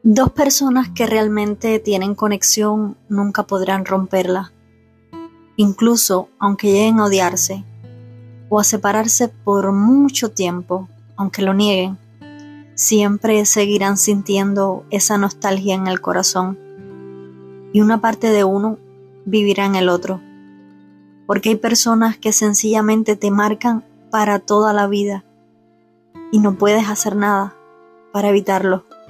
Dos personas que realmente tienen conexión nunca podrán romperla, incluso aunque lleguen a odiarse o a separarse por mucho tiempo, aunque lo nieguen, siempre seguirán sintiendo esa nostalgia en el corazón y una parte de uno vivirá en el otro, porque hay personas que sencillamente te marcan para toda la vida y no puedes hacer nada para evitarlo.